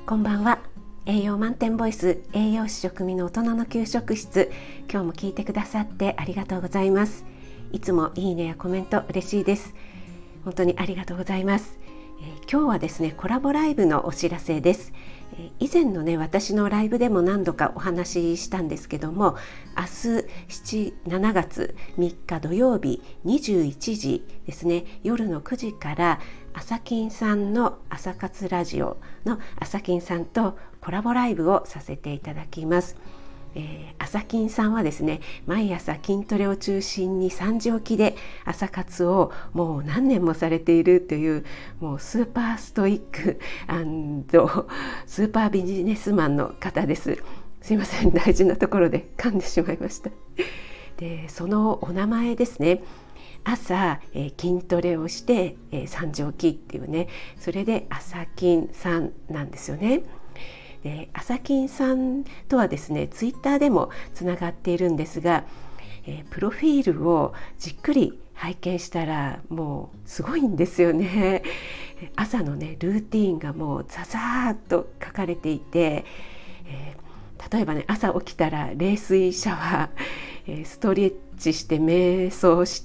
こんばんは。栄養満点ボイス、栄養士食味の大人の給食室。今日も聞いてくださってありがとうございます。いつもいいねやコメント嬉しいです。本当にありがとうございます。今日はですね、コラボライブのお知らせです。以前のね、私のライブでも何度かお話ししたんですけども、明日7月3日土曜日21時ですね、夜の9時から朝金さんの朝活ラジオの朝金さんとコラボライブをさせていただきます。朝金さんはですね、毎朝筋トレを中心に3時起きで朝活をもう何年もされているという、もうスーパーストイック&スーパービジネスマンの方です。すいません、大事なところで噛んでしまいました。で、そのお名前ですね、朝、筋トレをして、3時起きっていうね、それで朝金さんなんですよね。で、朝金さんとはですね、ツイッターでもつながっているんですが、プロフィールをじっくり拝見したらもうすごいんですよね。朝のねルーティーンがもうザザーっと書かれていて、例えばね、朝起きたら冷水シャワー、ストレッチして瞑想して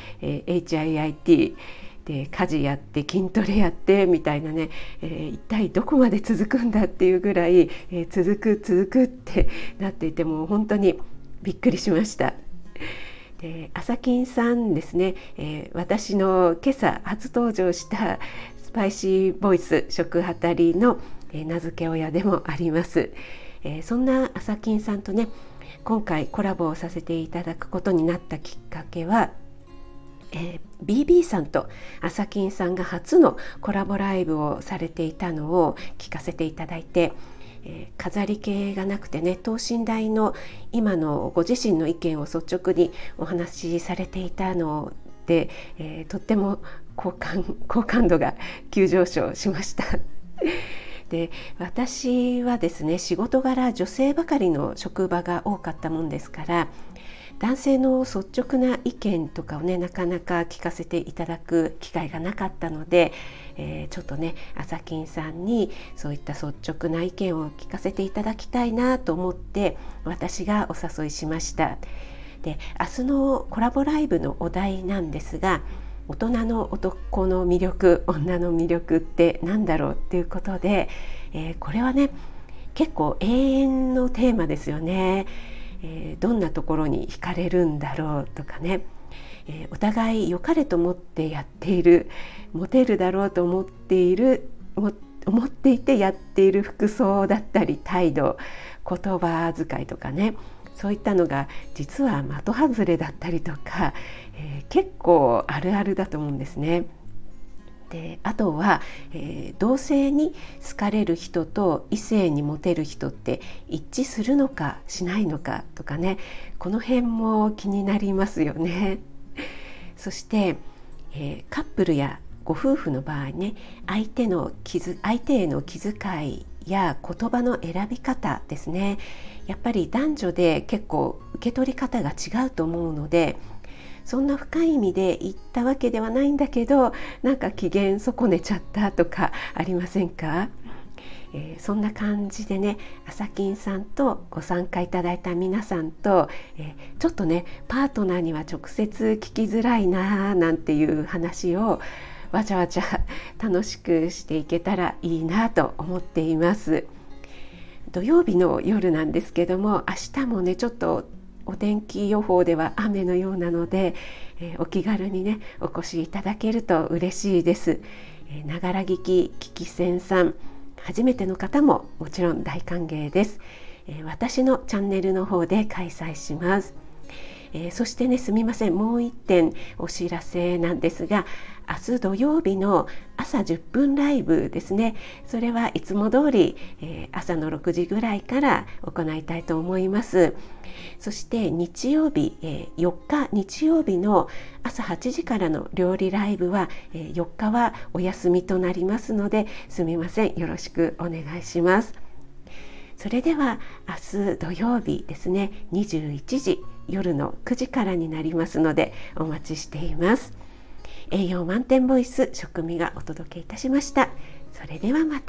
、HIITで家事やって筋トレやってみたいなね、一体どこまで続くんだっていうぐらい、続くってなっていて、もう本当にびっくりしました。で、朝金さんですね、私の今朝初登場したスパイシーボイス食はたりの、名付け親でもあります。そんな朝金さんとね、今回コラボをさせていただくことになったきっかけは、BB さんと朝金さんが初のコラボライブをされていたのを聞かせていただいて、飾り気がなくてね、等身大の今のご自身の意見を率直にお話しされていたので、とっても好感度が急上昇しました。で、私はですね、仕事柄女性ばかりの職場が多かったもんですから、男性の率直な意見とかをね、なかなか聞かせていただく機会がなかったので、ちょっとね、朝金さんにそういった率直な意見を聞かせていただきたいなと思って私がお誘いしました。で、明日のコラボライブのお題なんですが、大人の男の魅力、女の魅力って何だろうっていうことで、これはね、結構永遠のテーマですよね。どんなところに惹かれるんだろうとかね、お互い良かれと思ってやっている、モテるだろうと思っていてやっている服装だったり態度、言葉遣いとかね、そういったのが実は的外れだったりとか、結構あるあるだと思うんですね。で、あとは、同性に好かれる人と異性にモテる人って一致するのかしないのかとかね、この辺も気になりますよね。そして、カップルやご夫婦の場合ね、相手への気遣いや言葉の選び方ですね、やっぱり男女で結構受け取り方が違うと思うので、そんな深い意味で言ったわけではないんだけど、なんか機嫌損ねちゃったとかありませんか？そんな感じでね、朝金さんとご参加いただいた皆さんと、ちょっとね、パートナーには直接聞きづらいななんていう話をわちゃわちゃ楽しくしていけたらいいなと思っています。土曜日の夜なんですけども、明日もね、ちょっとお天気予報では雨のようなので、お気軽にね、お越しいただけると嬉しいです。ながら聞き戦さん、初めての方ももちろん大歓迎です。私のチャンネルの方で開催します。そしてね、すみません、もう一点お知らせなんですが、明日土曜日の朝10分ライブですね、それはいつも通り、朝の6時ぐらいから行いたいと思います。そして日曜日、4日日曜日の朝8時からの料理ライブは、4日はお休みとなりますので、すみません、よろしくお願いします。それでは明日土曜日ですね、21時夜の9時からになりますのでお待ちしています。栄養満点ボイス食味がお届けいたしました。それではまた。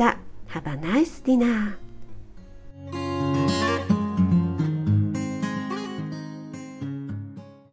Have a nice dinner!